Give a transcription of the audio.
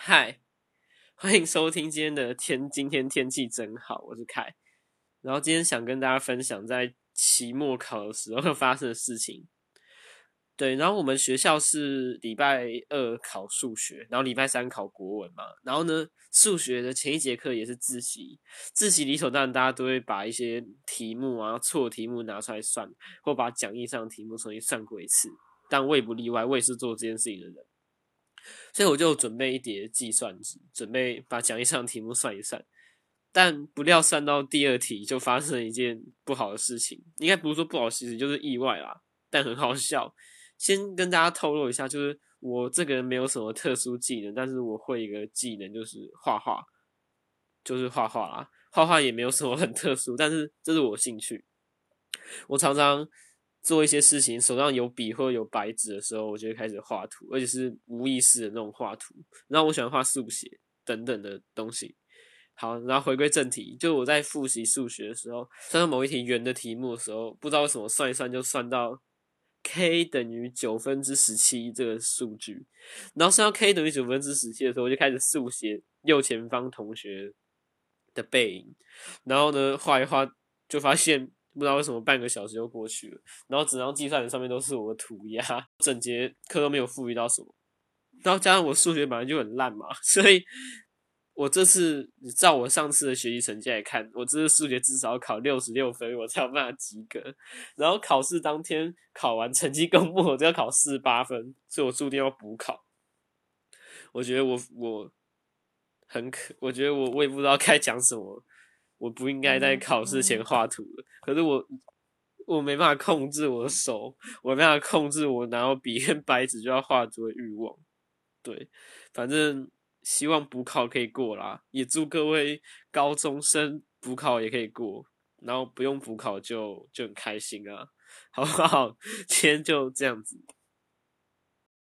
嗨，欢迎收听今天的今天天气真好，我是凯。然后今天想跟大家分享在期末考的时候发生的事情。对，然后我们学校是礼拜二考数学，然后礼拜三考国文嘛。然后呢，数学的前一节课也是自习，自习理所当然大家都会把一些题目啊错题目拿出来算，或把讲义上的题目重新算过一次。但我也不例外，我也是做这件事情的人。所以我就准备一叠计算纸，准备把讲义上的题目算一算。但不料算到第二题就发生了一件不好的事情，应该不是说不好的事情，就是意外啦，但很好笑。先跟大家透露一下，就是我这个人没有什么特殊技能，但是我会一个技能，就是画画，就是画画啦。画画也没有什么很特殊，但是这是我兴趣。我常常做一些事情，手上有笔或有白纸的时候，我就会开始画图，而且是无意识的那种画图。然后我喜欢画速写等等的东西。好，然后回归正题，就我在复习数学的时候，算到某一题圆的题目的时候，不知道为什么算一算就算到 k 等于17%这个数据，然后算到 k 等于17%的时候，我就开始速写右前方同学的背影，然后呢画一画就发现不知道为什么半个小时就过去了，然后整张计算纸上面都是我的涂鸦，整节课都没有赋予到什么。然后加上我数学本来就很烂嘛，所以我这次照我上次的学习成绩来看，我这次数学至少要考66分，我才有办法及格。然后考试当天考完成绩公布，我就要考48分，所以我注定要补考。我觉得我我觉得我也不知道该讲什么。我不应该在考试前画图的，可是我没办法控制我的手，我没办法控制我拿到笔跟白纸就要画图的欲望。对，反正希望补考可以过啦，也祝各位高中生补考也可以过，然后不用补考就很开心啊，好不好？今天就这样子。